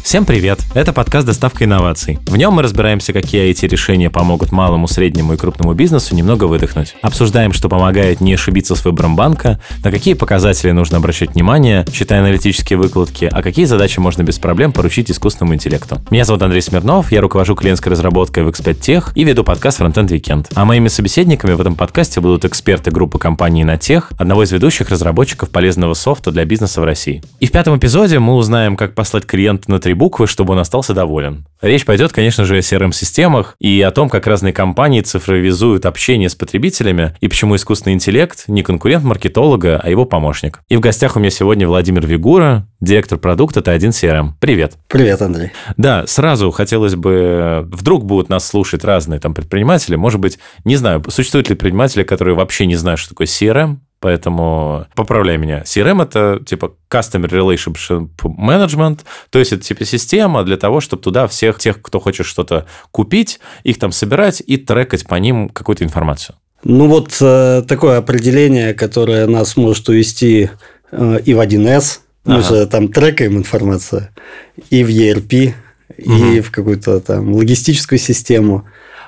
Всем привет! Это подкаст «Доставка инноваций». В нем мы разбираемся, какие IT-решения помогут малому, среднему и крупному бизнесу немного выдохнуть. Обсуждаем, что помогает не ошибиться с выбором банка, на какие показатели нужно обращать внимание, читая аналитические выкладки, а какие задачи можно без проблем поручить искусственному интеллекту. Меня зовут Андрей Смирнов, я руковожу клиентской разработкой в X5 Tech и веду подкаст Frontend Weekend. А моими собеседниками в этом подкасте будут эксперты группы компаний Natech, одного из ведущих разработчиков полезного софта для бизнеса в России. И в пятом эпизоде мы узнаем, как послать клиента на 3 буквы, чтобы он остался доволен. Речь пойдет, конечно же, о CRM-системах и о том, как разные компании цифровизуют общение с потребителями и почему искусственный интеллект не конкурент маркетолога, а его помощник. И в гостях у меня сегодня Владимир Вигура, директор продукта T1 CRM. Привет. Привет, Андрей. Да, сразу хотелось бы... Вдруг будут нас слушать разные там предприниматели. Может быть, не знаю, существуют ли предприниматели, которые вообще не знают, что такое CRM, поэтому поправляй меня. CRM – это типа Customer Relationship Management, то есть это типа система для того, чтобы туда всех тех, кто хочет что-то купить, их там собирать и трекать по ним какую-то информацию. Ну вот такое определение, которое нас может увести и в 1С, мы же там трекаем информацию, и в ERP, и в какую-то там логистическую систему.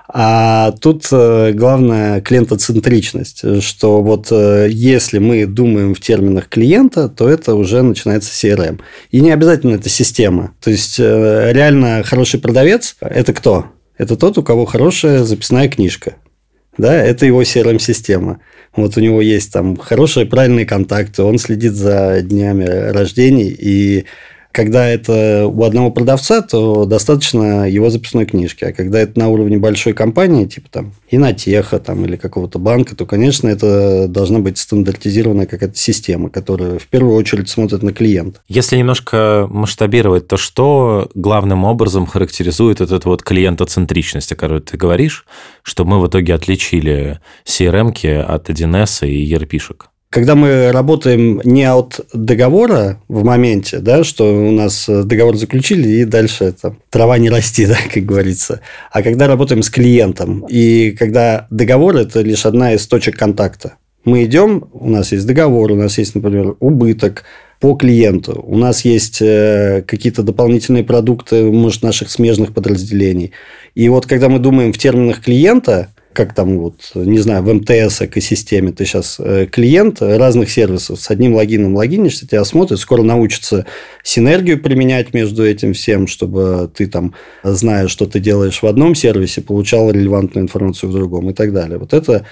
А тут главное клиентоцентричность, что вот если мы думаем в терминах клиента, то это уже начинается CRM. И не обязательно это система. То есть, реально хороший продавец – это кто? Это тот, у кого хорошая записная книжка. Да, это его CRM-система. Вот у него есть там хорошие, правильные контакты, он следит за днями рождений, и когда это у одного продавца, то достаточно его записной книжки. А когда это на уровне большой компании, типа там Инотеха там, или какого-то банка, то, конечно, это должна быть стандартизированная какая-то система, которая в первую очередь смотрит на клиента. Если немножко масштабировать, то что главным образом характеризует эту вот клиентоцентричность, о которой ты говоришь, чтобы мы в итоге отличили CRM-ки от 1С и ERP-шек? Когда мы работаем не от договора в моменте, да, что у нас договор заключили, и дальше там, трава не расти, да, как говорится, а когда работаем с клиентом, и когда договор – это лишь одна из точек контакта. Мы идем, у нас есть договор, у нас есть, например, убыток по клиенту, у нас есть какие-то дополнительные продукты, может, наших смежных подразделений. И вот когда мы думаем в терминах клиента, как там, вот, не знаю, в МТС-экосистеме ты сейчас клиент разных сервисов с одним логином логинишься, тебя смотрят, скоро научатся синергию применять между этим всем, чтобы ты там, зная, что ты делаешь в одном сервисе, получал релевантную информацию в другом и так далее. Вот это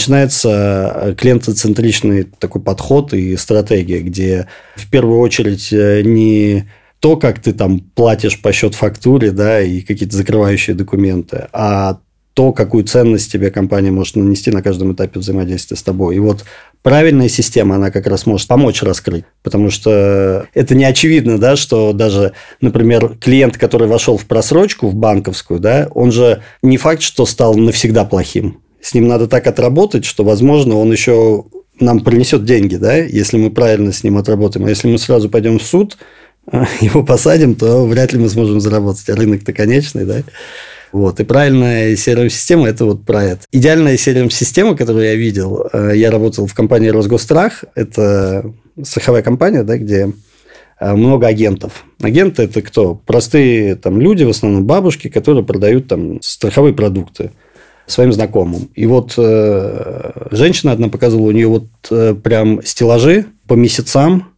начинается клиентоцентричный такой подход и стратегия, где в первую очередь не то, как ты там платишь по счет-фактуре, да, и какие-то закрывающие документы, а то, какую ценность тебе компания может нанести на каждом этапе взаимодействия с тобой. И вот правильная система, она как раз может помочь раскрыть. Потому что это не очевидно, да, что даже, например, клиент, который вошел в просрочку, в банковскую, да, он же не факт, что стал навсегда плохим. С ним надо так отработать, что, возможно, он еще нам принесет деньги, да, если мы правильно с ним отработаем. А если мы сразу пойдем в суд, его посадим, то вряд ли мы сможем заработать. А рынок-то конечный, да. Вот. И правильная CRM-система – это вот про это. Идеальная CRM-система, которую я видел, я работал в компании Росгосстрах. Это страховая компания, да, где много агентов. Агенты – это кто? Простые там, люди, в основном бабушки, которые продают там, страховые продукты своим знакомым. И вот женщина одна показывала, у нее вот прям стеллажи по месяцам,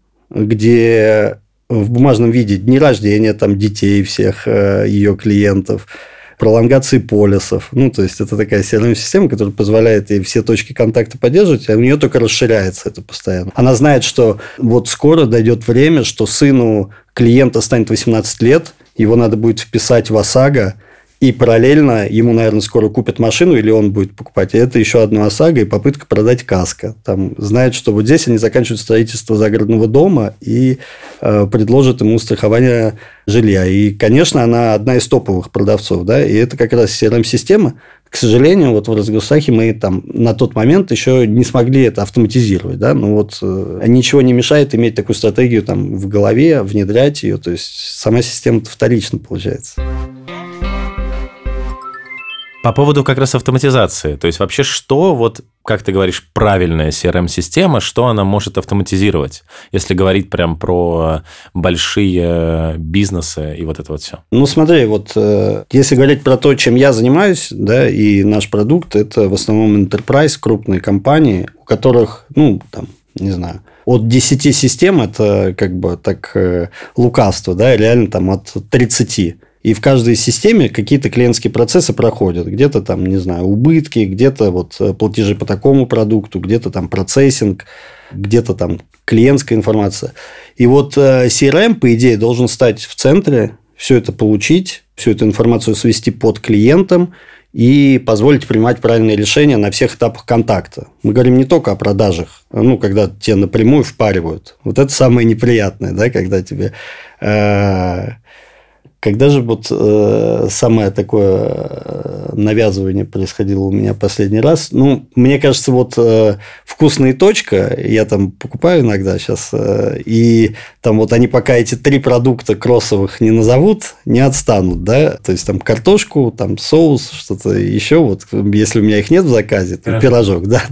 где в бумажном виде дни рождения там, детей всех ее клиентов, пролонгации полисов. Ну, то есть, это такая CRM-система, которая позволяет ей все точки контакта поддерживать, а у нее только расширяется это постоянно. Она знает, что вот скоро дойдет время, что сыну клиента станет 18 лет, его надо будет вписать в ОСАГО, и параллельно ему, наверное, скоро купят машину, или он будет покупать. И это еще одна ОСАГО и попытка продать каско. Там знает, что вот здесь они заканчивают строительство загородного дома и предложат ему страхование жилья. И, конечно, она одна из топовых продавцов. Да? И это как раз CRM-система. К сожалению, вот в Росгосстрахе мы там на тот момент еще не смогли это автоматизировать. Да? Но вот ничего не мешает иметь такую стратегию там, в голове, внедрять ее. То есть, сама система-то вторична получается. По поводу как раз автоматизации. То есть, вообще, что вот как ты говоришь, правильная CRM-система, что она может автоматизировать, если говорить прям про большие бизнесы и вот это вот все? Ну, смотри, вот если говорить про то, чем я занимаюсь, да, и наш продукт, это в основном enterprise, крупные компании, у которых, ну, там, не знаю, от 10 систем это как бы так лукавство, да, реально там от 30. И в каждой системе какие-то клиентские процессы проходят. Где-то там, не знаю, убытки, где-то вот платежи по такому продукту, где-то там процессинг, где-то там клиентская информация. И вот CRM, по идее, должен стать в центре, все это получить, всю эту информацию свести под клиентом и позволить принимать правильные решения на всех этапах контакта. Мы говорим не только о продажах, ну, когда тебе напрямую впаривают. Вот это самое неприятное, да, когда тебе... Когда же вот самое такое навязывание происходило у меня последний раз? Ну, мне кажется, вот «Вкусная точка», я там покупаю иногда сейчас, и там вот они пока эти 3 продукта кроссовых не назовут, не отстанут, да? То есть, там картошку, там соус, что-то еще, вот если у меня их нет в заказе, то пирожок, да.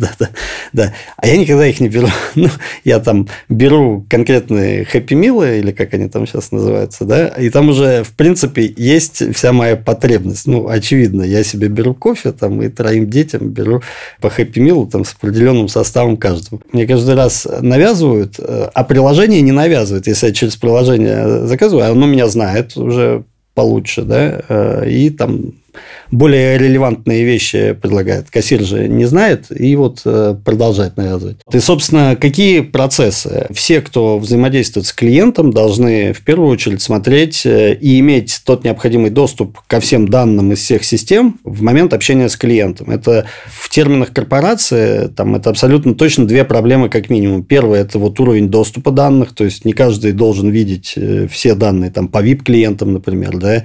А я никогда их не беру. Ну, я там беру конкретные Happy Meal, или как они там сейчас называются, да, и там уже в принципе, есть вся моя потребность. Ну, очевидно, я себе беру кофе там, и 3 детям беру по Happy Meal там, с определенным составом каждому. Мне каждый раз навязывают, а приложение не навязывает. Если я через приложение заказываю, оно меня знает уже получше, да, и там более релевантные вещи предлагает. Кассир же не знает и вот продолжает навязывать. И, собственно, какие процессы? Все, кто взаимодействует с клиентом, должны в первую очередь смотреть и иметь тот необходимый доступ ко всем данным из всех систем в момент общения с клиентом. Это в терминах корпорации, там, это абсолютно точно 2 проблемы как минимум. Первое – это вот уровень доступа данных, то есть не каждый должен видеть все данные там, по VIP-клиентам, например, да,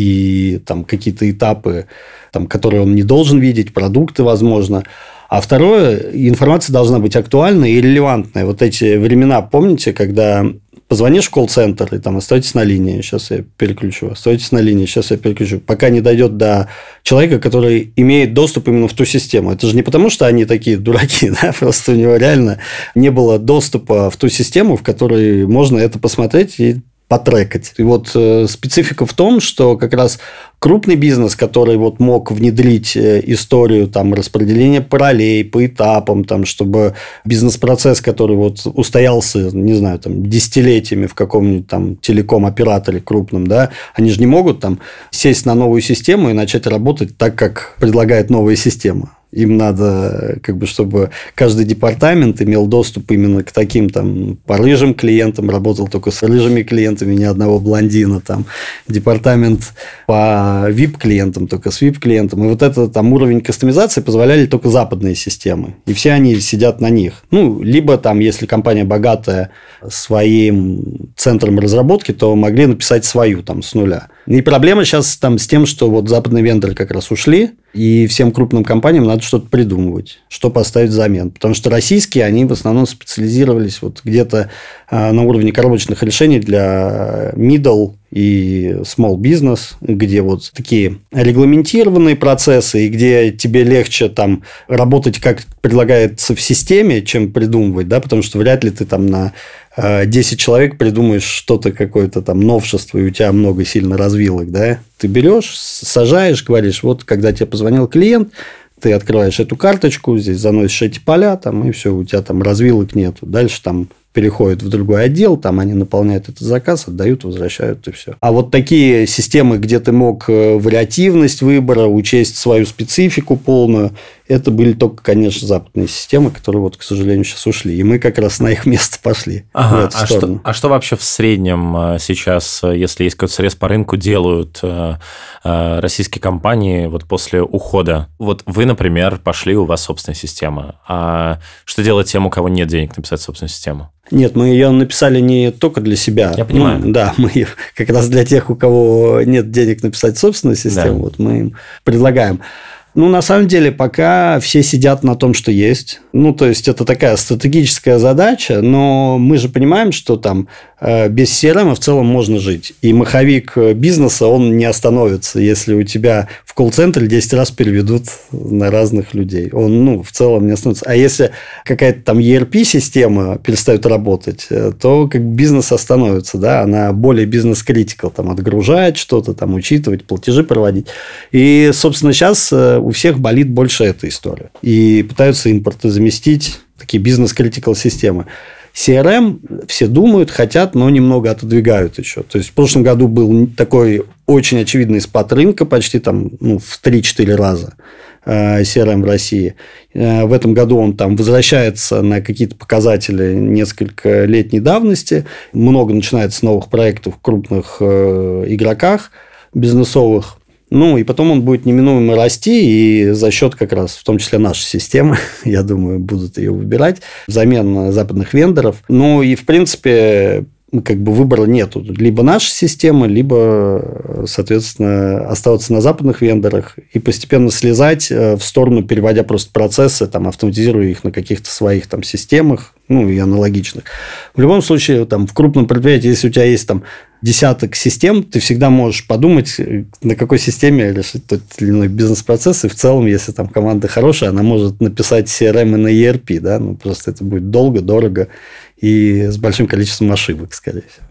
и там какие-то этапы, там, которые он не должен видеть, продукты, возможно. А второе, информация должна быть актуальной и релевантной. Вот эти времена, помните, когда позвонишь в колл-центр и там остаетесь на линии, сейчас я переключу, остаетесь на линии, сейчас я переключу, пока не дойдет до человека, который имеет доступ именно в ту систему. Это же не потому, что они такие дураки, да, просто у него реально не было доступа в ту систему, в которой можно это посмотреть и потрекать. И вот специфика в том, что как раз крупный бизнес, который вот мог внедрить историю там, распределения паролей по этапам, там, чтобы бизнес-процесс, который вот устоялся, не знаю, там, десятилетиями в каком-нибудь там телеком-операторе крупном, да, они же не могут там сесть на новую систему и начать работать так, как предлагает новая система. Им надо, как бы, чтобы каждый департамент имел доступ именно к таким там по рыжим клиентам, работал только с рыжими клиентами, ни одного блондина, там департамент по VIP-клиентам, только с VIP-клиентом. И вот этот там уровень кастомизации позволяли только западные системы. И все они сидят на них. Ну, либо там, если компания богатая своим центром разработки, то могли написать свою там с нуля. И проблема сейчас там с тем, что вот западные вендоры как раз ушли, и всем крупным компаниям надо что-то придумывать, что поставить взамен. Потому что российские, они в основном специализировались вот где-то на уровне коробочных решений для middle и small business, где вот такие регламентированные процессы, и где тебе легче там работать, как предлагается в системе, чем придумывать, да, потому что вряд ли ты там на 10 человек придумаешь что-то, какое-то там новшество, и у тебя много сильно развилок, да. Ты берешь, сажаешь, говоришь, вот когда тебе позвонил клиент, ты открываешь эту карточку, здесь заносишь эти поля, там, и все, у тебя там развилок нету. Дальше там переходят в другой отдел, там они наполняют этот заказ, отдают, возвращают, и все. А вот такие системы, где ты мог вариативность выбора, учесть свою специфику полную, это были только, конечно, западные системы, которые, вот, к сожалению, сейчас ушли. И мы как раз на их место пошли. Ага, в эту сторону. Что вообще в среднем сейчас, если есть какой-то срез по рынку, делают российские компании вот после ухода? Вот вы, например, пошли, у вас собственная система. А что делать тем, у кого нет денег написать собственную систему? Нет, мы ее написали не только для себя. Я понимаю. Ну, да, мы ее как раз для тех, у кого нет денег написать собственную систему, да. Вот мы им предлагаем. Ну, на самом деле, пока все сидят на том, что есть. Ну, то есть, это такая стратегическая задача, но мы же понимаем, что там без CRM в целом можно жить. И маховик бизнеса, он не остановится, если у тебя в колл-центре 10 раз переведут на разных людей. Он, ну, в целом не остановится. А если какая-то там ERP-система перестает работать, то как бы бизнес остановится, да, она более бизнес-критикал, там, отгружать что-то, там, учитывать, платежи проводить. И, собственно, сейчас у всех болит больше эта история. И пытаются импорты заместить, такие бизнес-критикал системы. CRM все думают, хотят, но немного отодвигают еще. То есть, в прошлом году был такой очень очевидный спад рынка, почти там, ну, в 3-4 раза CRM в России. В этом году он там возвращается на какие-то показатели несколько летней давности. Много начинается новых проектов в крупных игроках бизнесовых. Ну, и потом он будет неминуемо расти, и за счет как раз, в том числе нашей системы, я думаю, будут ее выбирать, взамен западных вендоров. Ну, и, в принципе, как бы выбора нету. Либо наша система, либо, соответственно, оставаться на западных вендорах и постепенно слезать в сторону, переводя просто процессы, там, автоматизируя их на каких-то своих там системах, ну, и аналогичных. В любом случае, там, в крупном предприятии, если у тебя есть там десяток систем, ты всегда можешь подумать, на какой системе решить тот или иной бизнес-процесс. И в целом, если там команда хорошая, она может написать CRM и на ERP. Да? Ну, просто это будет долго, дорого и с большим количеством ошибок, скорее всего.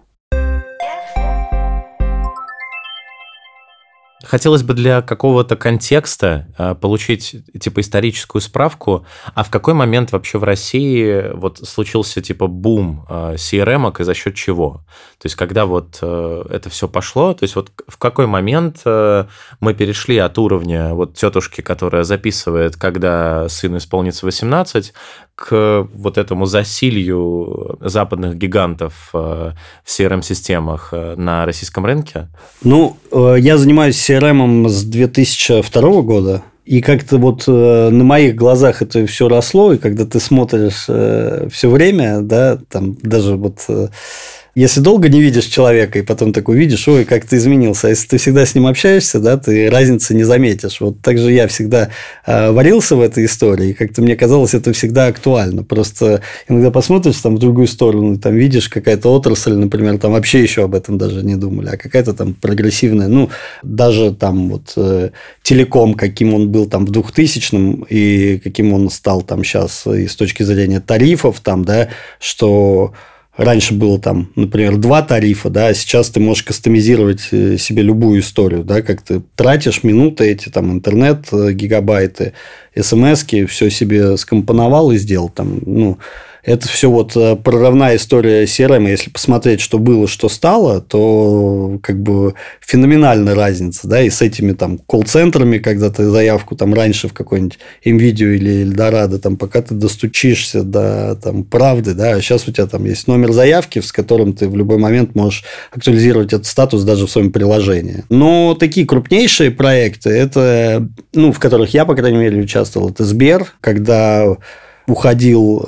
Хотелось бы для какого-то контекста получить типа историческую справку, а в какой момент вообще в России вот случился типа бум CRM-ок и за счет чего? То есть, когда вот это все пошло, то есть, вот в какой момент мы перешли от уровня вот тетушки, которая записывает, когда сыну исполнится 18, к вот этому засилью западных гигантов в CRM-системах на российском рынке? Ну, я занимаюсь CRM с 2002 года. И как-то вот на моих глазах это все росло, и когда ты смотришь все время, да, там даже вот если долго не видишь человека, и потом такой видишь, ой, как ты изменился. А если ты всегда с ним общаешься, да, ты разницы не заметишь. Вот так же я всегда варился в этой истории, и как-то мне казалось, это всегда актуально. Просто иногда посмотришь там в другую сторону, там видишь какая-то отрасль, например, там вообще еще об этом даже не думали, а какая-то там прогрессивная, ну, даже там вот телеком, каким он был там в 2000-м, и каким он стал там сейчас и с точки зрения тарифов, там, да, что... Раньше было там, например, 2 тарифа, да, а сейчас ты можешь кастомизировать себе любую историю, да, как ты тратишь минуты эти, там, интернет, гигабайты, смс-ки, все себе скомпоновал и сделал там, ну, это все вот прорывная история CRM. Если посмотреть, что было, что стало, то как бы феноменальная разница. Да? И с этими там колл-центрами, когда ты заявку там раньше в какой-нибудь NVIDIA или Эльдорадо, там, пока ты достучишься до там, правды, да, а сейчас у тебя там есть номер заявки, с которым ты в любой момент можешь актуализировать этот статус даже в своем приложении. Но такие крупнейшие проекты, это, ну, в которых я, по крайней мере, участвовал, это Сбер, когда уходил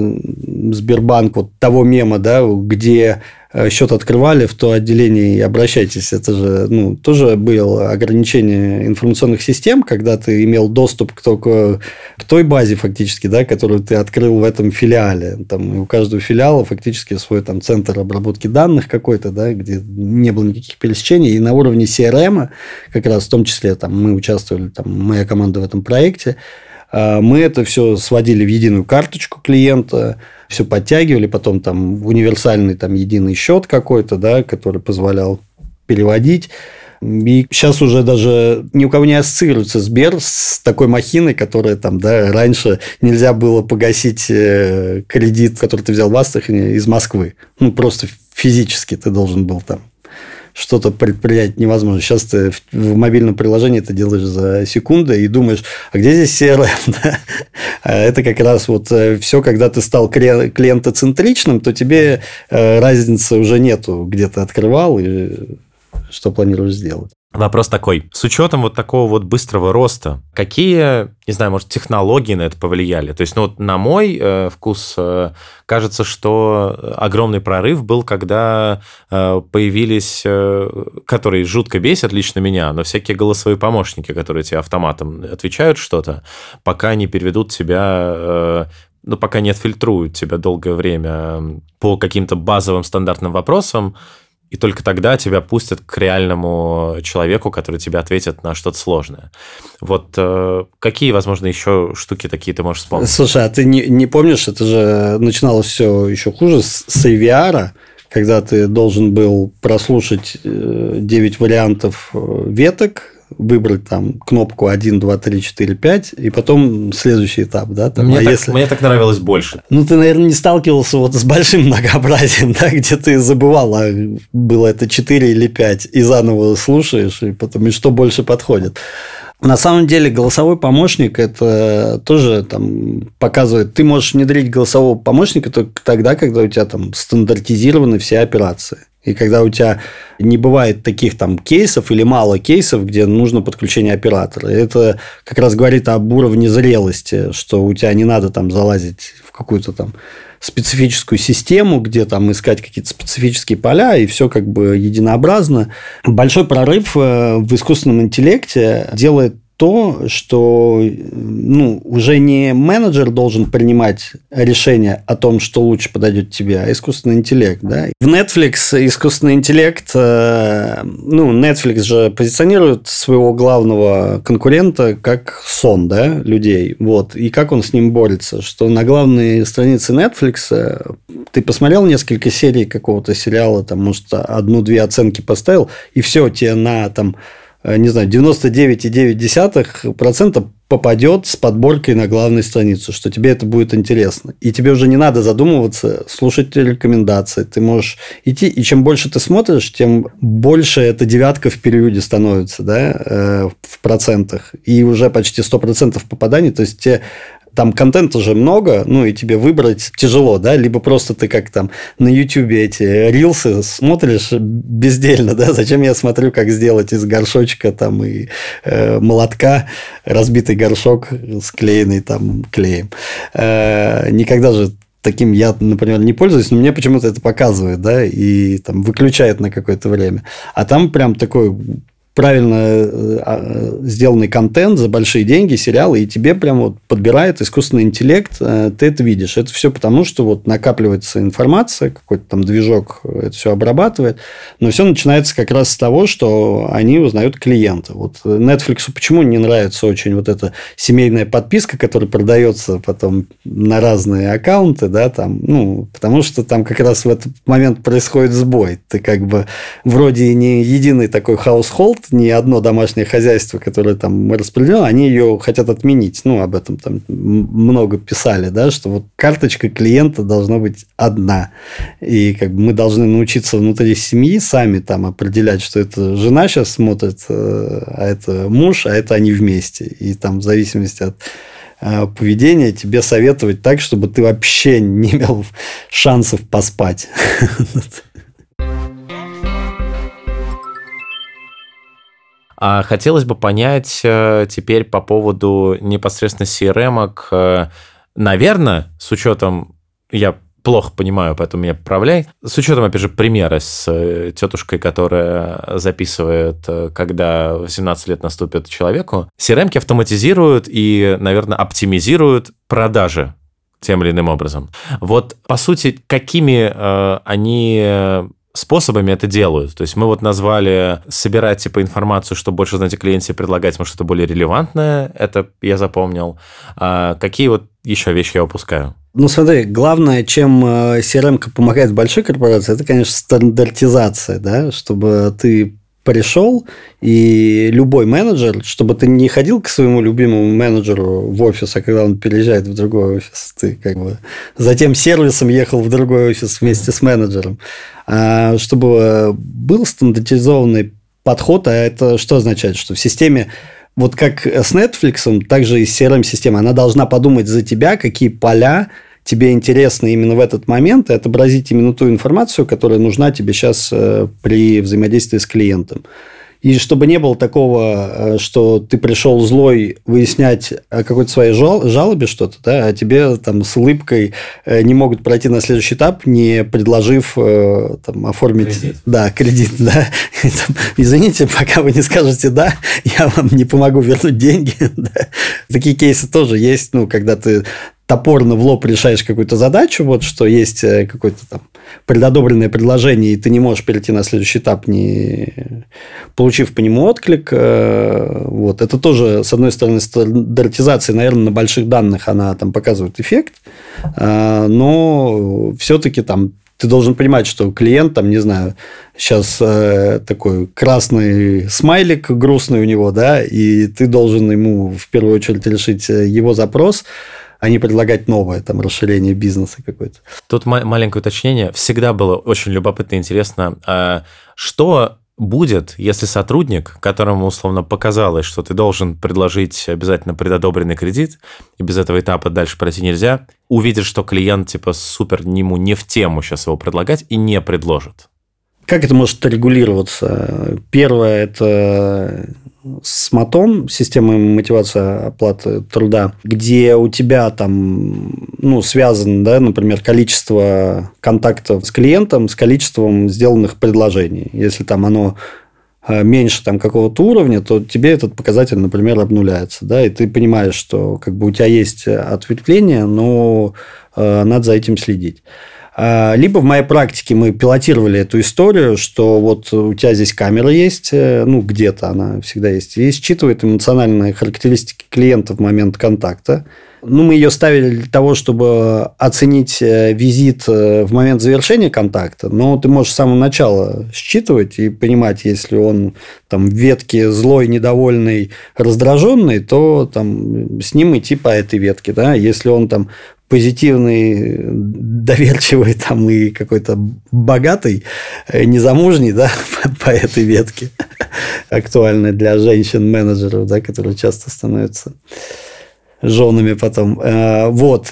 Сбербанк вот того мема, да, где счет открывали в то отделение и обращайтесь. Это же, ну, тоже было ограничение информационных систем, когда ты имел доступ только к той базе фактически, да, которую ты открыл в этом филиале. Там у каждого филиала фактически свой там центр обработки данных какой-то, да, где не было никаких пересечений. И на уровне CRM, как раз в том числе там, мы участвовали, там, моя команда в этом проекте, мы это все сводили в единую карточку клиента, все подтягивали, потом там универсальный там единый счет какой-то, да, который позволял переводить. И сейчас уже даже ни у кого не ассоциируется Сбер с такой махиной, которая там, да, раньше нельзя было погасить кредит, который ты взял в Астрахани из Москвы. Ну, просто физически ты должен был там что-то предпринять невозможно. Сейчас ты в мобильном приложении это делаешь за секунды и думаешь, а где здесь CRM? Да? А это как раз вот все, когда ты стал клиентоцентричным, то тебе разницы уже нету, где ты открывал и что планируешь сделать. Вопрос такой. С учетом вот такого вот быстрого роста, какие, не знаю, может, технологии на это повлияли? То есть, ну, вот на мой вкус кажется, что огромный прорыв был, когда появились, которые жутко бесят лично меня, но всякие голосовые помощники, которые тебе автоматом отвечают что-то, пока не переведут тебя... Ну, пока не отфильтруют тебя долгое время по каким-то базовым стандартным вопросам, и только тогда тебя пустят к реальному человеку, который тебе ответит на что-то сложное. Вот какие, возможно, еще штуки такие ты можешь вспомнить? Слушай, а ты не помнишь, это же начиналось все еще хуже с AVR, когда ты должен был прослушать 9 вариантов веток, выбрать там кнопку 1, 2, 3, 4, 5, и потом следующий этап, да? Там, мне так нравилось больше. Ну, ты, наверное, не сталкивался вот с большим многообразием, да, где ты забывал, а было это 4 или 5, и заново слушаешь, и потом, и что больше подходит. На самом деле, голосовой помощник – это тоже там показывает… Ты можешь внедрить голосового помощника только тогда, когда у тебя там стандартизированы все операции. И когда у тебя не бывает таких там кейсов или мало кейсов, где нужно подключение оператора. Это как раз говорит об уровне зрелости, что у тебя не надо там залазить в какую-то там специфическую систему, где там искать какие-то специфические поля, и все как бы единообразно. Большой прорыв в искусственном интеллекте делает то, что уже не менеджер должен принимать решение о том, что лучше подойдет тебе, а искусственный интеллект. Да? В Netflix искусственный интеллект... Netflix же позиционирует своего главного конкурента как сон, да, людей. Вот. И как он с ним борется? Что на главной странице Netflix ты посмотрел несколько серий какого-то сериала, там, может, 1-2 оценки поставил, и все, тебе на там, не знаю, 99,9% попадет с подборкой на главную страницу, что тебе это будет интересно. И тебе уже не надо задумываться, слушать рекомендации. Ты можешь идти, и чем больше ты смотришь, тем больше эта девятка в периоде становится, да, в процентах. И уже почти 100% попаданий. То есть, тебе там контента уже много, ну, и тебе выбрать тяжело, да, либо просто ты как там на Ютубе эти рилсы смотришь бездельно, да, зачем я смотрю, как сделать из горшочка там и молотка разбитый горшок, склеенный там клеем. Никогда же таким я, например, не пользуюсь, но мне почему-то это показывает, да, и там выключает на какое-то время. А там прям такой правильно сделанный контент за большие деньги, сериалы, и тебе прям вот подбирает искусственный интеллект, ты это видишь. Это все потому, что вот накапливается информация, какой-то там движок это все обрабатывает, но все начинается как раз с того, что они узнают клиента. Вот Netflix почему не нравится очень вот эта семейная подписка, которая продается потом на разные аккаунты, да, там, ну, потому что там как раз в этот момент происходит сбой. Ты как бы вроде не единый такой household, не одно домашнее хозяйство, которое там распределено, они ее хотят отменить. Ну, об этом там много писали, да, что вот карточка клиента должна быть одна. И как бы мы должны научиться внутри семьи сами там определять, что это жена сейчас смотрит, а это муж, а это они вместе. И там в зависимости от поведения тебе советовать так, чтобы ты вообще не имел шансов поспать. А хотелось бы понять теперь по поводу непосредственно CRM-ок. Наверное, с учетом, я плохо понимаю, поэтому меня поправляй, с учетом, опять же, примера с тетушкой, которая записывает, когда 18 лет наступит человеку, CRM-ки автоматизируют и, наверное, оптимизируют продажи тем или иным образом. Вот, по сути, какими они способами это делают. То есть, мы вот назвали собирать типа информацию, чтобы больше знать о клиенте, предлагать ему что-то более релевантное. Это я запомнил. А какие вот еще вещи я упускаю? Ну, смотри, главное, чем CRM-ка помогает большой корпорации, это, конечно, стандартизация, да, чтобы ты пришел, и любой менеджер, чтобы ты не ходил к своему любимому менеджеру в офис, а когда он переезжает в другой офис, ты как бы за тем сервисом ехал в другой офис вместе с менеджером. А чтобы был стандартизованный подход, а это что означает? Что в системе, вот как с Netflix, так же и с CRM-системой, она должна подумать за тебя, какие поля тебе интересно именно в этот момент, и отобразить именно ту информацию, которая нужна тебе сейчас при взаимодействии с клиентом. И чтобы не было такого, что ты пришел злой выяснять о какой-то своей жалобе что-то, да, а тебе там с улыбкой не могут пройти на следующий этап, не предложив там, оформить кредит. Да. Извините, пока вы не скажете «да», я вам не помогу вернуть деньги. Да. Такие кейсы тоже есть, когда ты топорно в лоб решаешь какую-то задачу, вот что есть какое-то там предодобренное предложение, и ты не можешь перейти на следующий этап, не получив по нему отклик. Вот. Это тоже, с одной стороны, стандартизация, наверное, на больших данных она там показывает эффект, но все-таки там ты должен понимать, что клиент, там, не знаю, сейчас такой красный смайлик грустный у него, да, и ты должен ему в первую очередь решить его запрос, а не предлагать новое там расширение бизнеса какое-то. Тут маленькое уточнение. Всегда было очень любопытно и интересно, что будет, если сотрудник, которому условно показалось, что ты должен предложить обязательно предодобренный кредит, и без этого этапа дальше пройти нельзя, увидит, что клиент типа супер ему не в тему сейчас его предлагать и не предложит? Как это может регулироваться? Первое – это СМАТом, система мотивации оплаты труда, где у тебя там связано, да, например, количество контактов с клиентом с количеством сделанных предложений. Если там оно меньше там какого-то уровня, то тебе этот показатель, например, обнуляется. Да, и ты понимаешь, что как бы у тебя есть ответвление, но надо за этим следить. Либо в моей практике мы пилотировали эту историю, что вот у тебя здесь камера есть, где-то она всегда есть, и считывает эмоциональные характеристики клиента в момент контакта. Мы ее ставили для того, чтобы оценить визит в момент завершения контакта, но ты можешь с самого начала считывать и понимать, если он там в ветке злой, недовольный, раздраженный, то там с ним идти по этой ветке. Да? Если он там позитивный, доверчивый там, и какой-то богатый, незамужний, да, по этой ветке, актуальной для женщин-менеджеров, да, которые часто становятся женами потом. Вот.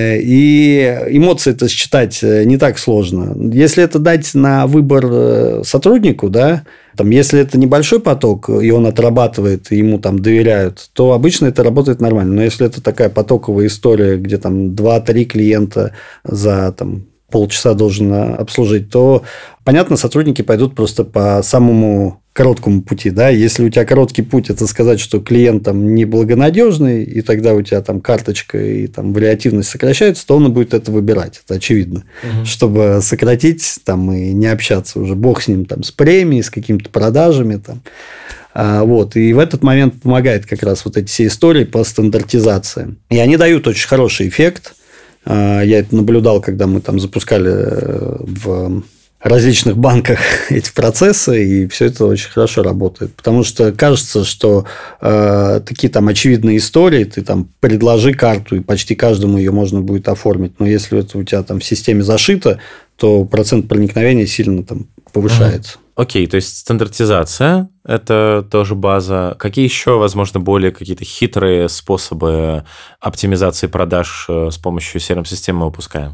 И эмоции-то считать не так сложно. Если это дать на выбор сотруднику, да, там, если это небольшой поток, и он отрабатывает, и ему там доверяют, то обычно это работает нормально. Но если это такая потоковая история, где там 2-3 клиента за там, полчаса должен обслужить, то, понятно, сотрудники пойдут просто по самому короткому пути. Да? Если у тебя короткий путь, это сказать, что клиент там неблагонадежный, и тогда у тебя там карточка и там вариативность сокращается, то он будет это выбирать. Это очевидно. Чтобы сократить там, и не общаться уже. Бог с ним там, с премией, с какими-то продажами. Там. Вот. И в этот момент помогает как раз вот эти все истории по стандартизации. И они дают очень хороший эффект. Я это наблюдал, когда мы там запускали в различных банках эти процессы, и все это очень хорошо работает. Потому что кажется, что такие там очевидные истории, ты там предложи карту, и почти каждому ее можно будет оформить. Но если это у тебя там в системе зашито, то процент проникновения сильно там повышается. Окей, то есть стандартизация – это тоже база. Какие еще, возможно, более какие-то хитрые способы оптимизации продаж с помощью CRM-системы мы выпускаем?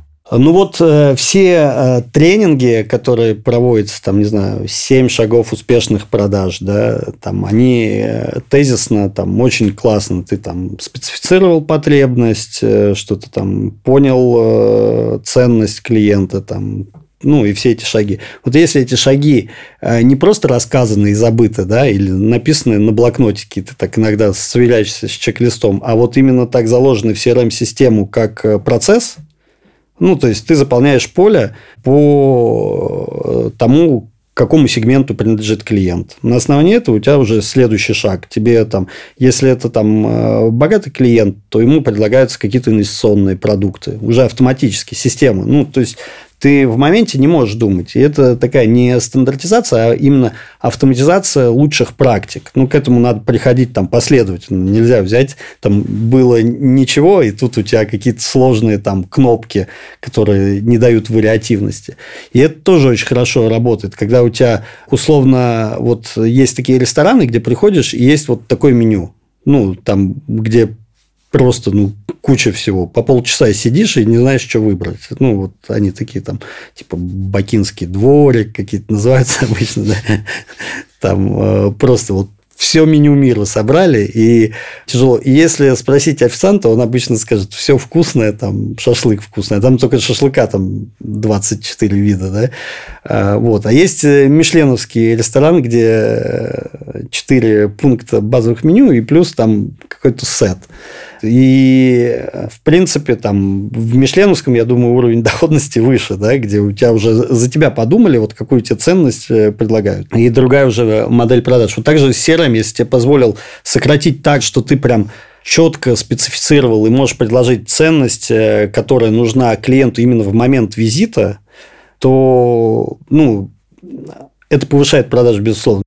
Все тренинги, которые проводятся, там, не знаю, 7 шагов успешных продаж, да, там, они тезисно, там, очень классно. Ты там специфицировал потребность, что-то там понял ценность клиента, там, и все эти шаги. Вот если эти шаги не просто рассказаны и забыты, да, или написаны на блокнотике, ты так иногда сверяешься с чек-листом, а вот именно так заложены в CRM-систему как процесс, то есть, ты заполняешь поле по тому, к какому сегменту принадлежит клиент. На основании этого у тебя уже следующий шаг. Тебе там, если это там богатый клиент, то ему предлагаются какие-то инвестиционные продукты. Уже автоматически, система. То есть, ты в моменте не можешь думать. И это такая не стандартизация, а именно автоматизация лучших практик. К этому надо приходить там последовательно. Нельзя взять, там было ничего, и тут у тебя какие-то сложные там кнопки, которые не дают вариативности. И это тоже очень хорошо работает. Когда у тебя условно есть такие рестораны, где приходишь, и есть вот такое меню. Там, где просто, куча всего. По полчаса сидишь и не знаешь, что выбрать. Вот они такие там, типа, Бакинский дворик какие-то называются обычно, да. Там просто вот все меню мира собрали, и тяжело. И если спросить официанта, он обычно скажет, все вкусное, там, шашлык вкусный. А там только шашлыка там 24 вида, да. А есть мишленовский ресторан, где 4 пункта базовых меню, и плюс там какой-то сет. И, в принципе, там, в мишленовском, я думаю, уровень доходности выше, да, где у тебя уже за тебя подумали, вот какую тебе ценность предлагают. И другая уже модель продаж. Вот также с CRM, если тебе позволил сократить так, что ты прям четко специфицировал и можешь предложить ценность, которая нужна клиенту именно в момент визита, то, это повышает продажи, безусловно.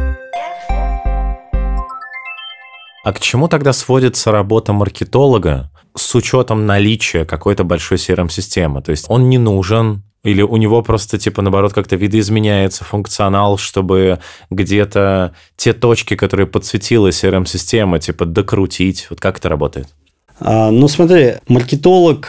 А к чему тогда сводится работа маркетолога с учетом наличия какой-то большой CRM-системы? То есть он не нужен, или у него просто, наоборот, как-то видоизменяется функционал, чтобы где-то те точки, которые подсветила CRM-система, докрутить? Вот как это работает? Смотри, маркетолог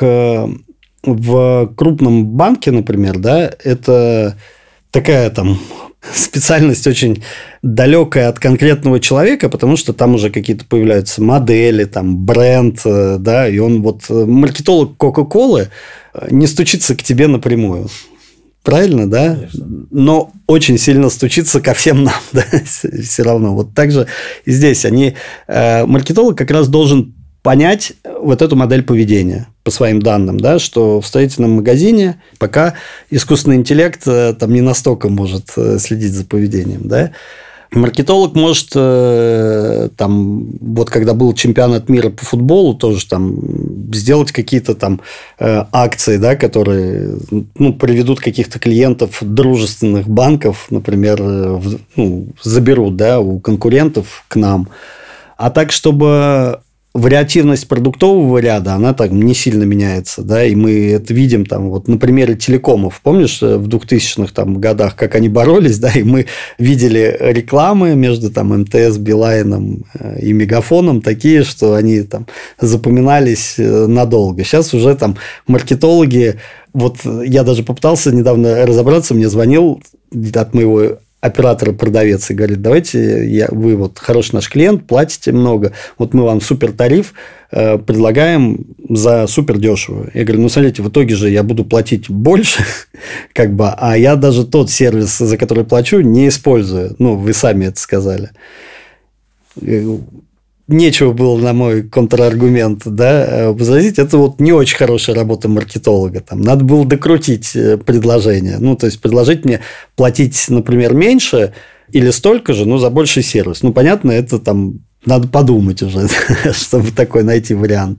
в крупном банке, например, да, это такая там специальность очень далекая от конкретного человека, потому что там уже какие-то появляются модели, там, бренд, да, и он маркетолог Кока-Колы не стучится к тебе напрямую. Правильно, да? Конечно. Но очень сильно стучится ко всем нам, да, все равно. Вот так же и здесь маркетолог как раз должен понять вот эту модель поведения по своим данным, да, что в строительном магазине пока искусственный интеллект там не настолько может следить за поведением, да. Маркетолог может, там, вот когда был чемпионат мира по футболу, тоже там сделать какие-то там акции, да, которые приведут каких-то клиентов дружественных банков, например, заберут, да, у конкурентов к нам. А так, чтобы вариативность продуктового ряда, она так не сильно меняется, да, и мы это видим там вот на примере телекомов. Помнишь, в 2000-х там годах, как они боролись, да, и мы видели рекламы между там МТС, Билайном и Мегафоном такие, что они там запоминались надолго. Сейчас уже там маркетологи, вот я даже попытался недавно разобраться, мне звонил от моего оператор-продавец и говорит, давайте, вы вот хороший наш клиент, платите много, вот мы вам супер тариф предлагаем за супер дешево. Я говорю, смотрите, в итоге же я буду платить больше, а я даже тот сервис, за который плачу, не использую. Вы сами это сказали. Нечего было на мой контраргумент, да, возразить. Это вот не очень хорошая работа маркетолога. Там надо было докрутить предложение. То есть, предложить мне платить, например, меньше или столько же, но за больший сервис. Понятно, это там надо подумать уже, чтобы такой найти вариант.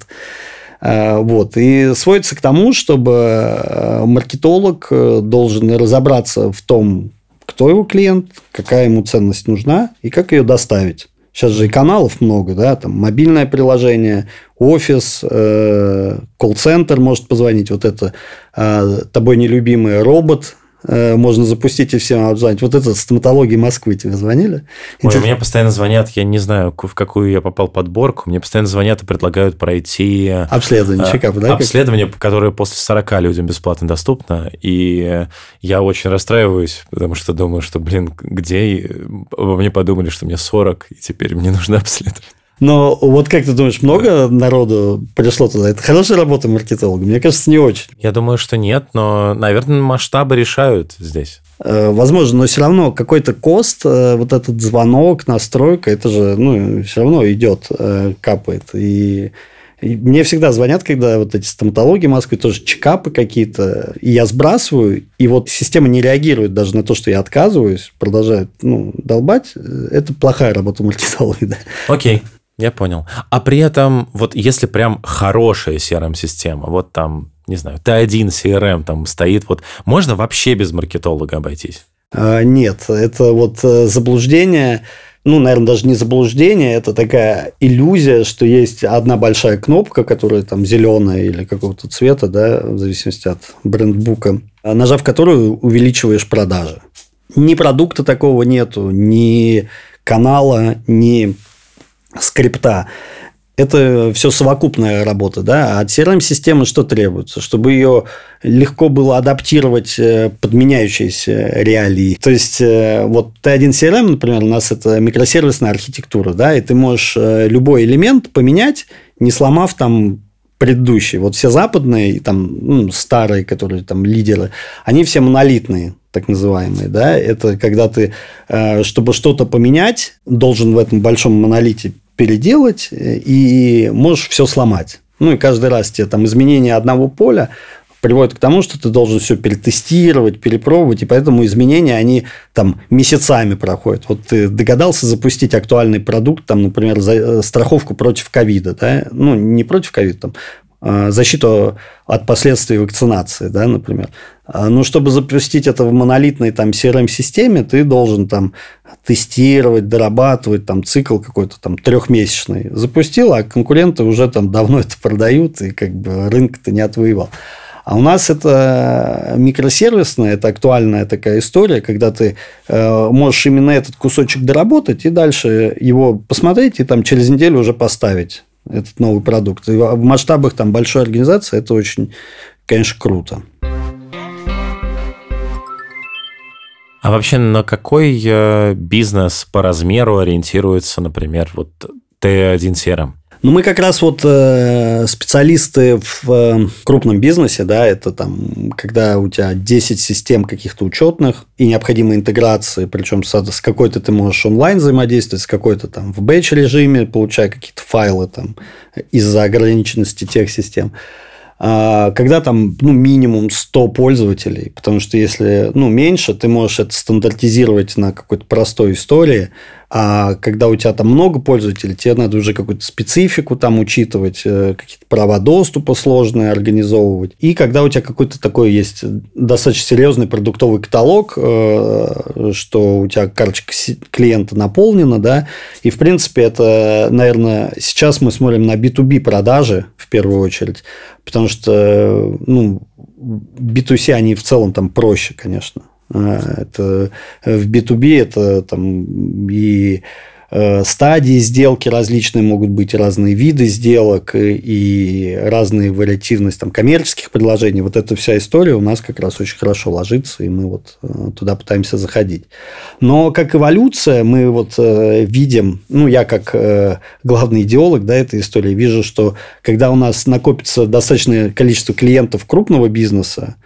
И сводится к тому, чтобы маркетолог должен разобраться в том, кто его клиент, какая ему ценность нужна и как ее доставить. Сейчас же и каналов много, да, там мобильное приложение, офис, колл-центр может позвонить, вот это тобой нелюбимый робот можно запустить и всем обзвонить. Вот это стоматология Москвы тебе звонили? Ой, мне постоянно звонят, я не знаю, в какую я попал подборку, мне постоянно звонят и предлагают пройти... Обследование, чекап, да? Обследование, которое после 40 людям бесплатно доступно, и я очень расстраиваюсь, потому что думаю, что, где обо мне подумали, что мне 40, и теперь мне нужно обследование. Но вот как ты думаешь, много народу пришло туда? Это хорошая работа маркетолога? Мне кажется, не очень. Я думаю, что нет, но, наверное, масштабы решают здесь. Возможно, но все равно какой-то кост, вот этот звонок, настройка, это же все равно идет, капает. И мне всегда звонят, когда вот эти стоматологи Москвы, тоже чекапы какие-то, и я сбрасываю, и вот система не реагирует даже на то, что я отказываюсь, продолжает долбать. Это плохая работа маркетолога. Да? Окей. Я понял. А при этом, вот если прям хорошая CRM-система, вот там, не знаю, Т1 CRM там стоит, вот можно вообще без маркетолога обойтись? Нет, это вот заблуждение, наверное, даже не заблуждение, это такая иллюзия, что есть одна большая кнопка, которая там зеленая или какого-то цвета, да, в зависимости от брендбука, нажав которую увеличиваешь продажи. Ни продукта такого нету, ни канала, ни скрипта. Это все совокупная работа, да. А от CRM-системы что требуется? Чтобы ее легко было адаптировать под меняющиеся реалии. То есть, вот T1 CRM, например, у нас это микросервисная архитектура, да, и ты можешь любой элемент поменять, не сломав там предыдущие. Вот все западные, там, старые, которые там лидеры, они все монолитные, так называемые, да. Это когда ты, чтобы что-то поменять, должен в этом большом монолите переделать и можешь все сломать. И каждый раз тебе там изменение одного поля приводит к тому, что ты должен все перетестировать, перепробовать, и поэтому изменения, они там месяцами проходят. Вот ты догадался запустить актуальный продукт, там, например, страховку против ковида, да? Не против ковида, там, защиту от последствий вакцинации, да, например. Но чтобы запустить это в монолитной там CRM-системе, ты должен там тестировать, дорабатывать там цикл какой-то там 3-месячный. Запустил, а конкуренты уже там давно это продают, и как бы рынок-то не отвоевал. А у нас это микросервисная, это актуальная такая история, когда ты можешь именно этот кусочек доработать и дальше его посмотреть и там через неделю уже поставить этот новый продукт. И в масштабах там большой организации это очень, конечно, круто. А вообще на какой бизнес по размеру ориентируется, например, вот T1 CRM? Мы как раз вот специалисты в крупном бизнесе, да, это там, когда у тебя 10 систем каких-то учетных и необходимой интеграции, причем с какой-то ты можешь онлайн взаимодействовать, с какой-то там в бэч-режиме, получая какие-то файлы там из-за ограниченности тех систем. Когда там минимум 100 пользователей, потому что если меньше, ты можешь это стандартизировать на какой-то простой истории, а когда у тебя там много пользователей, тебе надо уже какую-то специфику там учитывать, какие-то права доступа сложные организовывать. И когда у тебя какой-то такой есть достаточно серьезный продуктовый каталог, что у тебя карточка клиента наполнена, да, и в принципе это, наверное, сейчас мы смотрим на B2B продажи в первую очередь, потому что B2C они в целом там проще, конечно. Это в B2B это там и стадии сделки различные могут быть, и разные виды сделок, и разные вариативность там коммерческих предложений. Вот эта вся история у нас как раз очень хорошо ложится, и мы вот туда пытаемся заходить. Но как эволюция мы вот видим, я как главный идеолог, да, этой истории вижу, что когда у нас накопится достаточное количество клиентов крупного бизнеса,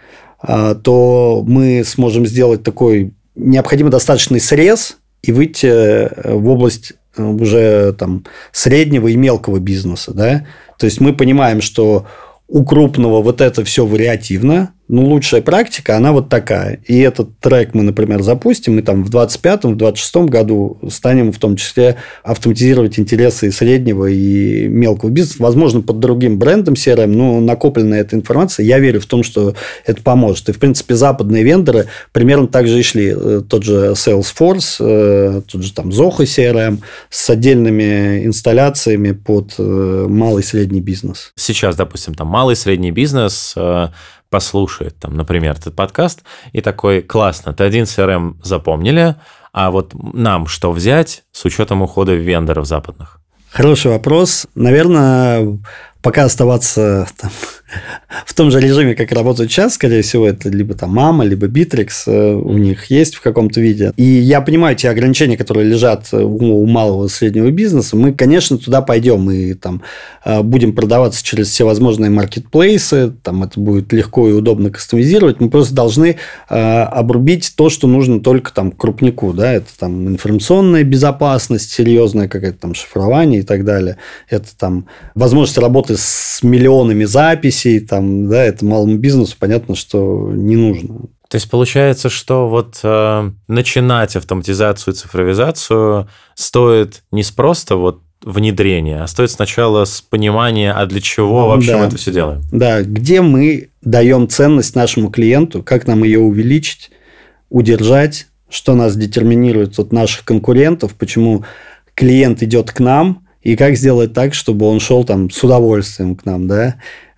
то мы сможем сделать такой необходимый достаточный срез и выйти в область уже там среднего и мелкого бизнеса. Да? То есть, мы понимаем, что у крупного вот это все вариативно, но лучшая практика, она вот такая. И этот трек мы, например, запустим, и там в 2025, в 2026 году станем в том числе автоматизировать интересы и среднего, и мелкого бизнеса, возможно, под другим брендом CRM, но накопленная эта информация, я верю в том, что это поможет. И, в принципе, западные вендоры примерно так же и шли. Тот же Salesforce, тот же там Zoho CRM с отдельными инсталляциями под малый и средний бизнес. Сейчас, допустим, там малый и средний бизнес послушает, там, например, этот подкаст и такой: классно, T1 CRM запомнили, а вот нам что взять с учетом ухода вендоров западных? Хороший вопрос. Наверное, пока оставаться там в том же режиме, как работают сейчас, скорее всего, это либо там Mama, либо Bittrex у них есть в каком-то виде. И я понимаю те ограничения, которые лежат у малого и среднего бизнеса. Мы, конечно, туда пойдем и там будем продаваться через все возможные маркетплейсы. Там это будет легко и удобно кастомизировать. Мы просто должны обрубить то, что нужно только там крупнику. Да? Это там информационная безопасность, серьезная какая-то там шифрование и так далее. Это там возможность работы с миллионами записей. Там, да, это малому бизнесу понятно, что не нужно. То есть, получается, что вот начинать автоматизацию и цифровизацию стоит не с просто вот внедрения, а стоит сначала с понимания, а для чего вообще мы это все делаем. Да, где мы даем ценность нашему клиенту, как нам ее увеличить, удержать, что нас детерминирует от наших конкурентов, почему клиент идет к нам, и как сделать так, чтобы он шел там с удовольствием к нам, да.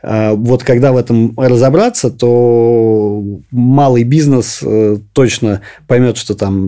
Вот когда в этом разобраться, то малый бизнес точно поймет, что там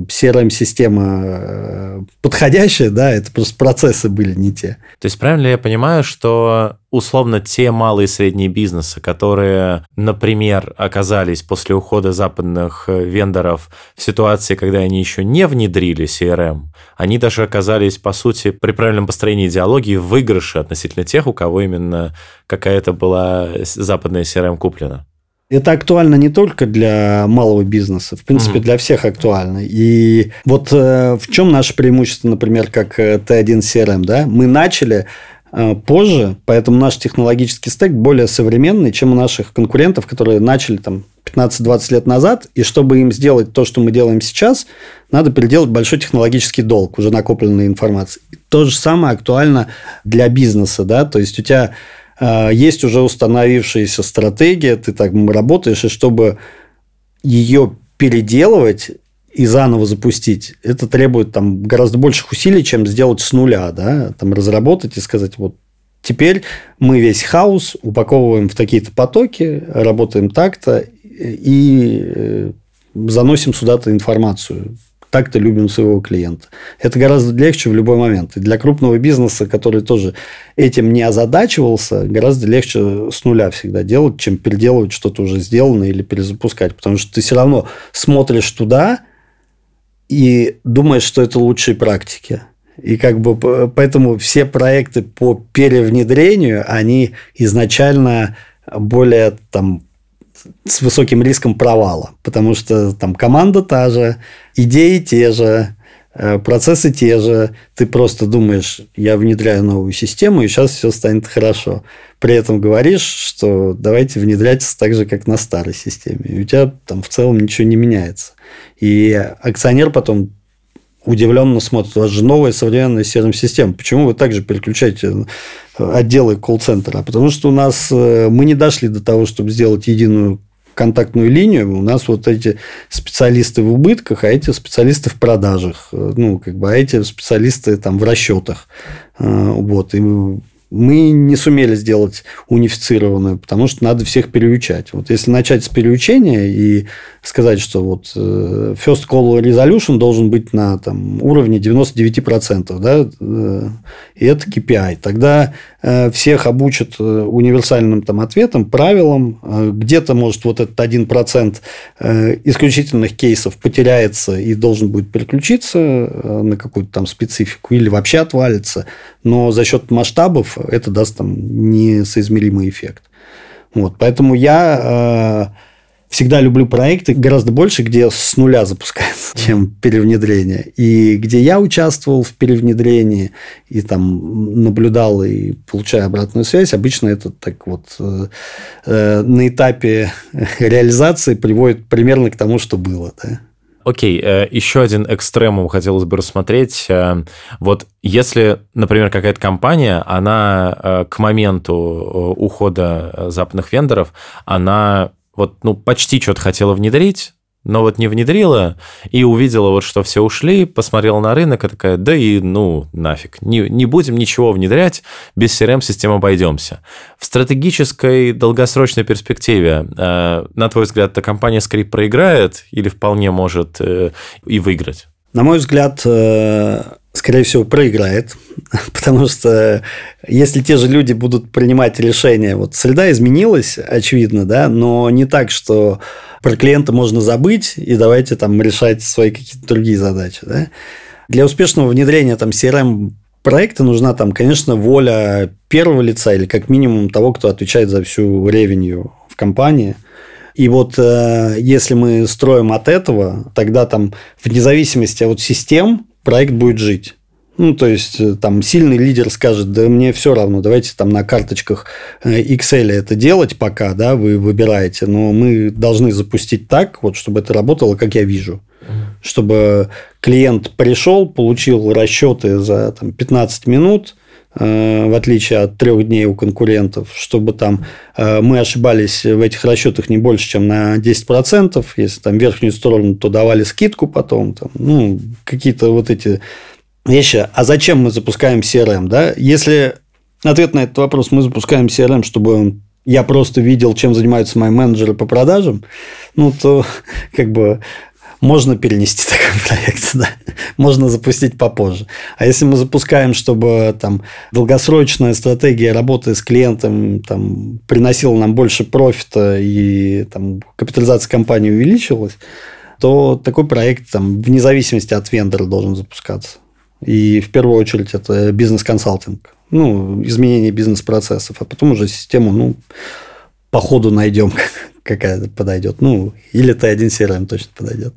CRM-система подходящая, да, это просто процессы были не те. То есть правильно ли я понимаю, что условно те малые и средние бизнесы, которые, например, оказались после ухода западных вендоров в ситуации, когда они еще не внедрили CRM, они даже оказались, по сути, при правильном построении идеологии в выигрыше относительно тех, у кого именно какая-то была западная CRM куплена? Это актуально не только для малого бизнеса, в принципе, для всех актуально. И вот в чем наше преимущество, например, как T1 CRM, да? Мы начали позже, поэтому наш технологический стек более современный, чем у наших конкурентов, которые начали там 15-20 лет назад, и чтобы им сделать то, что мы делаем сейчас, надо переделать большой технологический долг уже накопленной информации. То же самое актуально для бизнеса, да, то есть у тебя есть уже установившаяся стратегия, ты так работаешь, и чтобы ее переделывать и заново запустить, это требует там гораздо больших усилий, чем сделать с нуля, да, там разработать и сказать, вот теперь мы весь хаос упаковываем в такие-то потоки, работаем так-то и заносим сюда-то информацию. Так-то любим своего клиента. Это гораздо легче в любой момент. И для крупного бизнеса, который тоже этим не озадачивался, гораздо легче с нуля всегда делать, чем переделывать что-то уже сделанное или перезапускать. Потому что ты все равно смотришь туда и думаешь, что это лучшие практики. И как бы поэтому все проекты по перевнедрению, они изначально более там с высоким риском провала, потому что там команда та же, идеи те же, процессы те же. Ты просто думаешь, я внедряю новую систему, и сейчас все станет хорошо. При этом говоришь, что давайте внедряйтесь так же, как на старой системе. И у тебя там в целом ничего не меняется. И акционер потом удивленно смотрит, у вас же новая современная CRM-система. Почему вы также переключаете отделы колл-центра? Потому что у нас мы не дошли до того, чтобы сделать единую контактную линию. У нас вот эти специалисты в убытках, а эти специалисты в продажах. Ну, как бы, а эти специалисты там в расчетах. Вот. И мы не сумели сделать унифицированную, потому что надо всех переучать. Вот если начать с переучения и сказать, что вот first call resolution должен быть на там, уровне 99%, да, и это KPI, тогда всех обучат универсальным там, ответам, правилам. Где-то, может, вот этот 1% исключительных кейсов потеряется и должен будет переключиться на какую-то там специфику или вообще отвалится. Но за счет масштабов это даст там несоизмеримый эффект. Вот. Поэтому я всегда люблю проекты гораздо больше, где с нуля запускается, чем перевнедрение. И где я участвовал в перевнедрении и там наблюдал и получаю обратную связь, обычно это так вот на этапе реализации приводит примерно к тому, что было. Да? Окей, еще один экстремум хотелось бы рассмотреть. Вот если, например, какая-то компания, она к моменту ухода западных вендоров, она вот, ну, почти что-то хотела внедрить, но вот не внедрила, и увидела, вот, что все ушли, посмотрела на рынок и такая, да и ну нафиг, не будем ничего внедрять, без CRM-систем обойдемся. В стратегической долгосрочной перспективе, на твой взгляд, эта компания скорее проиграет или вполне может и выиграть? На мой взгляд, скорее всего, проиграет, потому что если те же люди будут принимать решения, вот среда изменилась, очевидно, да, но не так, что про клиента можно забыть и давайте там решать свои какие-то другие задачи, да. Для успешного внедрения там CRM-проекта нужна там, конечно, воля первого лица или как минимум того, кто отвечает за всю ревенью в компании. И вот если мы строим от этого, тогда там вне зависимости от систем проект будет жить. Ну, то есть, там сильный лидер скажет, да мне все равно, давайте там на карточках Excel это делать пока, да, вы выбираете, но мы должны запустить так, вот, чтобы это работало, как я вижу. Чтобы клиент пришел, получил расчеты за там, 15 минут, в отличие от 3 дней у конкурентов, чтобы там мы ошибались в этих расчетах не больше, чем на 10%. Если там верхнюю сторону, то давали скидку потом. Там, ну, какие-то вот эти вещи. А зачем мы запускаем CRM? Да? Если ответ на этот вопрос, мы запускаем CRM, чтобы он я просто видел, чем занимаются мои менеджеры по продажам, то как бы можно перенести такой проект, да. Можно запустить попозже. А если мы запускаем, чтобы там долгосрочная стратегия работы с клиентом там приносила нам больше профита и там капитализация компании увеличилась, то такой проект там вне зависимости от вендора должен запускаться. И в первую очередь это бизнес-консалтинг. Изменение бизнес-процессов, а потом уже систему, по ходу найдем, какая подойдет. Или T1 CRM точно подойдет.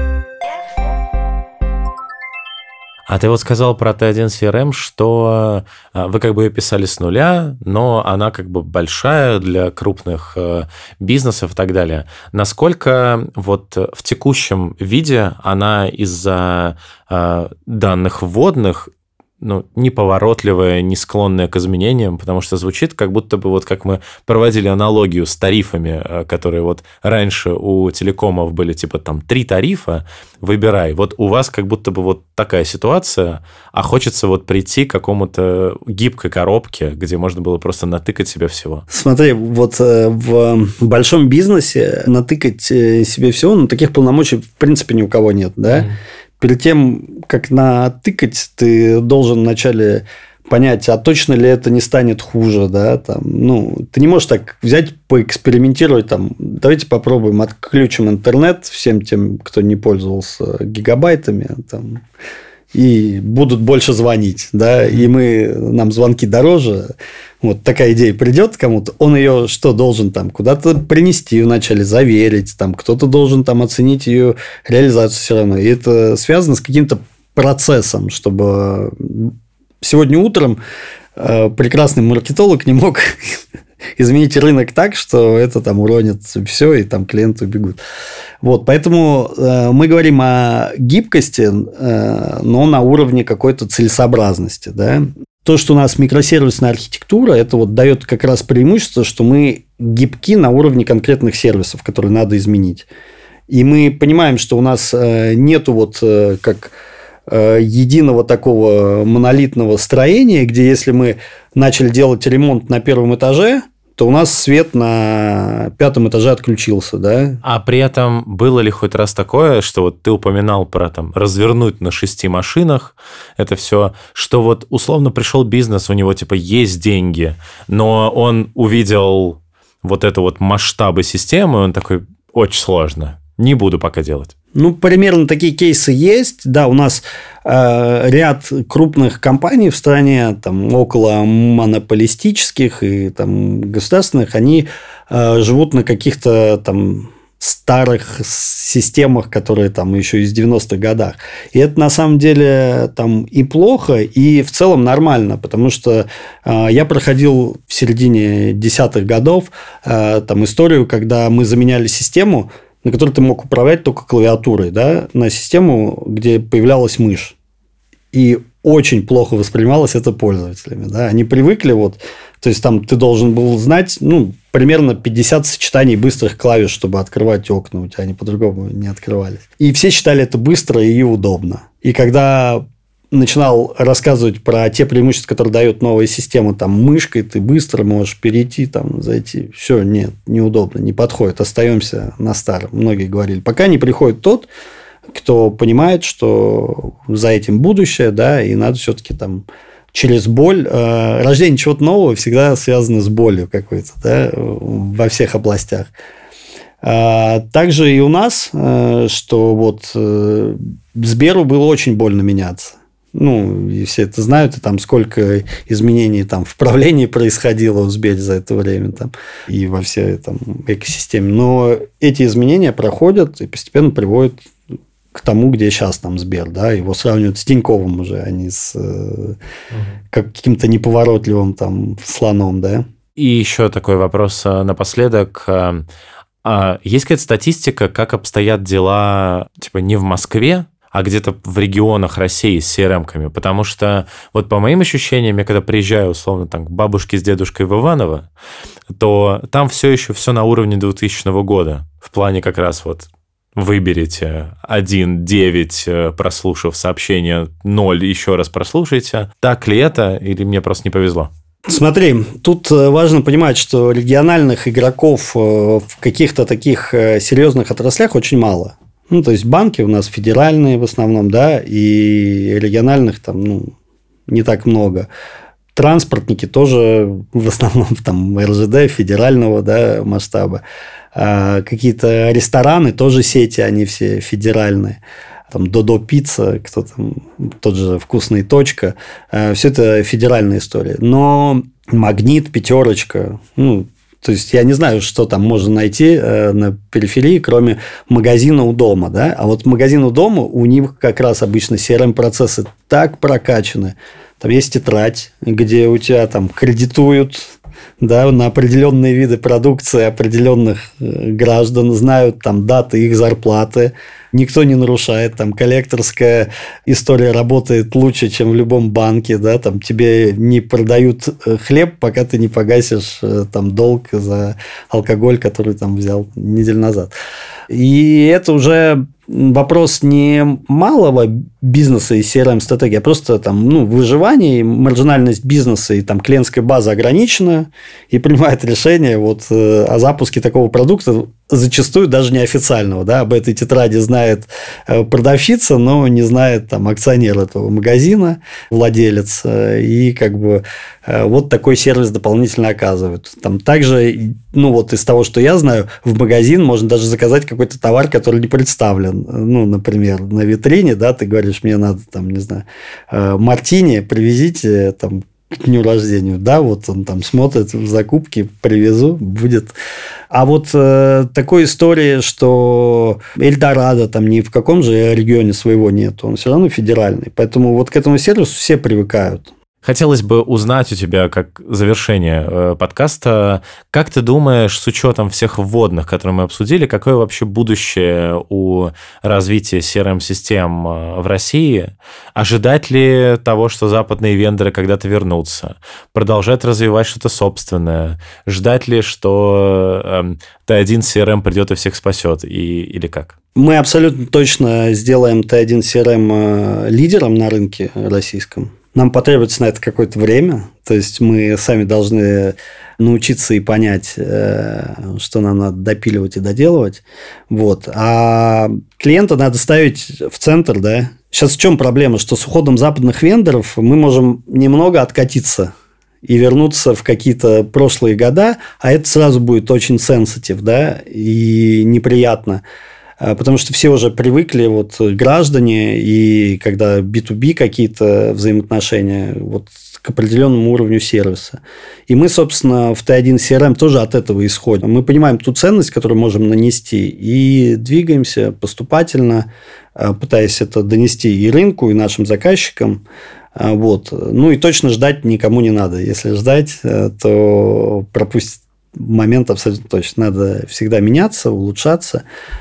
А ты вот сказал про T1 CRM, что вы как бы ее писали с нуля, но она как бы большая для крупных бизнесов и так далее. Насколько вот в текущем виде она из-за данных вводных неповоротливая, не склонная к изменениям, потому что звучит как будто бы вот как мы проводили аналогию с тарифами, которые вот раньше у телекомов были типа там 3 тарифа, выбирай. Вот у вас как будто бы вот такая ситуация, а хочется вот прийти к какому-то гибкой коробке, где можно было просто натыкать себе всего. Смотри, вот в большом бизнесе натыкать себе всего, таких полномочий в принципе ни у кого нет, да? Перед тем, как натыкать, ты должен вначале понять, а точно ли это не станет хуже, да, там, ты не можешь так взять, поэкспериментировать, там, давайте попробуем, отключим интернет всем тем, кто не пользовался гигабайтами, там, и будут больше звонить, да, и нам звонки дороже. Вот такая идея придет кому-то, он ее что должен там куда-то принести вначале, заверить, там кто-то должен там оценить ее реализацию все равно. И это связано с каким-то процессом, чтобы сегодня утром прекрасный маркетолог не мог изменить рынок так, что это там уронит все, и там клиенты убегут. Вот, поэтому мы говорим о гибкости, но на уровне какой-то целесообразности, да. То, что у нас микросервисная архитектура, это вот дает как раз преимущество, что мы гибки на уровне конкретных сервисов, которые надо изменить. И мы понимаем, что у нас нету вот как единого такого монолитного строения, где если мы начали делать ремонт на первом этаже, то у нас свет на 5-м этаже отключился, да. А при этом было ли хоть раз такое, что вот ты упоминал про там развернуть на 6 машинах это все, что вот условно пришел бизнес, у него типа есть деньги, но он увидел вот это вот масштабы системы, и он такой, очень сложно, не буду пока делать. Примерно такие кейсы есть. Да, у нас ряд крупных компаний в стране, там, около монополистических и там, государственных, они живут на каких-то там старых системах, которые там еще из 90-х годах. И это на самом деле там и плохо, и в целом нормально, потому что я проходил в середине 10-х годов там историю, когда мы заменяли систему, на которой ты мог управлять только клавиатурой, да, на систему, где появлялась мышь. И очень плохо воспринималось это пользователями. Да. Они привыкли, то есть, там ты должен был знать примерно 50 сочетаний быстрых клавиш, чтобы открывать окна. У тебя они по-другому не открывались. И все считали это быстро и удобно. И когда начинал рассказывать про те преимущества, которые дает новая система, там, мышкой ты быстро можешь перейти, там, зайти. Все, нет, неудобно, не подходит, остаемся на старом. Многие говорили, пока не приходит тот, кто понимает, что за этим будущее, да, и надо все-таки там через боль. Рождение чего-то нового всегда связано с болью какой-то, да, во всех областях. Также и у нас, что Сберу было очень больно меняться. И все это знают, и там сколько изменений там в правлении происходило в Сбере за это время, там, и во всей там экосистеме. Но эти изменения проходят и постепенно приводят к тому, где сейчас там Сбер, да, его сравнивают с Тиньковым уже, а не с каким-то неповоротливым там слоном, да. И еще такой вопрос напоследок. Есть какая-то статистика, как обстоят дела, типа, не в Москве, а где-то в регионах России с CRM-ками? Потому что, вот по моим ощущениям, я когда приезжаю, условно, там, к бабушке с дедушкой в Иваново, то там все еще все на уровне 2000 года. В плане как раз выберите 1, 9, прослушав сообщение, 0, еще раз прослушайте. Так ли это, или мне просто не повезло? Смотри, тут важно понимать, что региональных игроков в каких-то таких серьезных отраслях очень мало. Ну, то есть, банки у нас федеральные в основном, да, и региональных там, не так много. Транспортники тоже в основном там РЖД федерального, да, масштаба. А какие-то рестораны тоже сети, они все федеральные. Там Додо Пицца, кто там, тот же Вкусная точка. Все это федеральная история. Но Магнит, Пятерочка, то есть, я не знаю, что там можно найти на периферии, кроме магазина у дома. Да? А вот магазин у дома, у них как раз обычно CRM-процессы так прокачаны. Там есть тетрадь, где у тебя там кредитуют, да, на определенные виды продукции определенных граждан, знают там даты их зарплаты, никто не нарушает, там коллекторская история работает лучше, чем в любом банке, да, там тебе не продают хлеб, пока ты не погасишь там долг за алкоголь, который там взял неделю назад. И это уже вопрос не малого бизнеса и CRM-стратегии, а просто там, выживание, маржинальность бизнеса и там клиентская база ограничена, и принимает решение о запуске такого продукта, зачастую даже неофициального. Да? Об этой тетради знает продавщица, но не знает там акционер этого магазина, владелец. И вот такой сервис дополнительно оказывают. Там также, из того, что я знаю, в магазин можно даже заказать какой-то товар, который не представлен. Например, на витрине, да, ты говоришь, мне надо, там, не знаю, мартини, привезите там к дню рождения. Да, вот он там смотрит в закупки, привезу, будет. А вот такой истории, что Эльдорадо там ни в каком же регионе своего нет, он все равно федеральный. Поэтому вот к этому сервису все привыкают. Хотелось бы узнать у тебя, как завершение подкаста, как ты думаешь, с учетом всех вводных, которые мы обсудили, какое вообще будущее у развития CRM-систем в России? Ожидать ли того, что западные вендоры когда-то вернутся? Продолжать развивать что-то собственное? Ждать ли, что T1 CRM придет и всех спасет? Или как? Мы абсолютно точно сделаем T1 CRM лидером на рынке российском. Нам потребуется на это какое-то время. То есть, мы сами должны научиться и понять, что нам надо допиливать и доделывать. Вот. А клиента надо ставить в центр. Да? Сейчас в чем проблема? Что с уходом западных вендоров мы можем немного откатиться и вернуться в какие-то прошлые года, а это сразу будет очень сенситив, да, и неприятно. Потому что все уже привыкли, граждане, и когда B2B какие-то взаимоотношения, к определенному уровню сервиса. И мы, собственно, в T1 CRM тоже от этого исходим. Мы понимаем ту ценность, которую можем нанести, и двигаемся поступательно, пытаясь это донести и рынку, и нашим заказчикам. И точно ждать никому не надо. Если ждать, то пропустить момент абсолютно точно. Надо всегда меняться, улучшаться.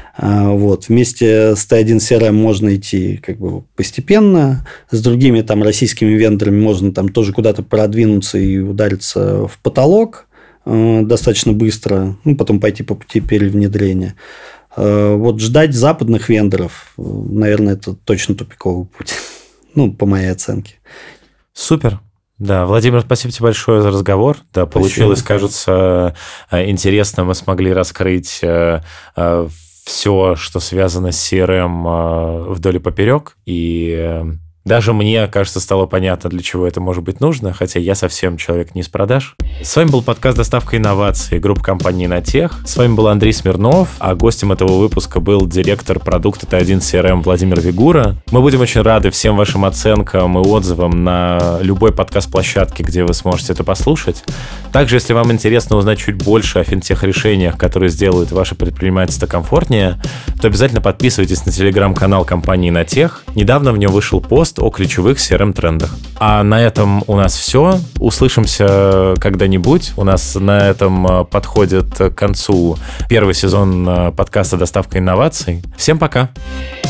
Вместе с T1 CRM можно идти постепенно. С другими там российскими вендорами можно там тоже куда-то продвинуться и удариться в потолок достаточно быстро. Потом пойти по пути перевнедрения. Ждать западных вендоров, наверное, это точно тупиковый путь. По моей оценке. Супер. Да, Владимир, спасибо тебе большое за разговор. Да, получилось, кажется, интересно. Мы смогли раскрыть все, что связано с CRM вдоль и поперек. И даже мне, кажется, стало понятно, для чего это может быть нужно, хотя я совсем человек не из продаж. С вами был подкаст «Доставка инноваций» группы компании «Натех». С вами был Андрей Смирнов, а гостем этого выпуска был директор продукта T1 CRM Владимир Вигура. Мы будем очень рады всем вашим оценкам и отзывам на любой подкаст-площадке, где вы сможете это послушать. Также, если вам интересно узнать чуть больше о финтех-решениях, которые сделают ваше предпринимательство комфортнее, то обязательно подписывайтесь на телеграм-канал компании «Натех». Недавно в нем вышел пост о ключевых CRM-трендах. А на этом у нас все. Услышимся когда-нибудь. У нас на этом подходит к концу первый сезон подкаста «Доставка инноваций». Всем пока!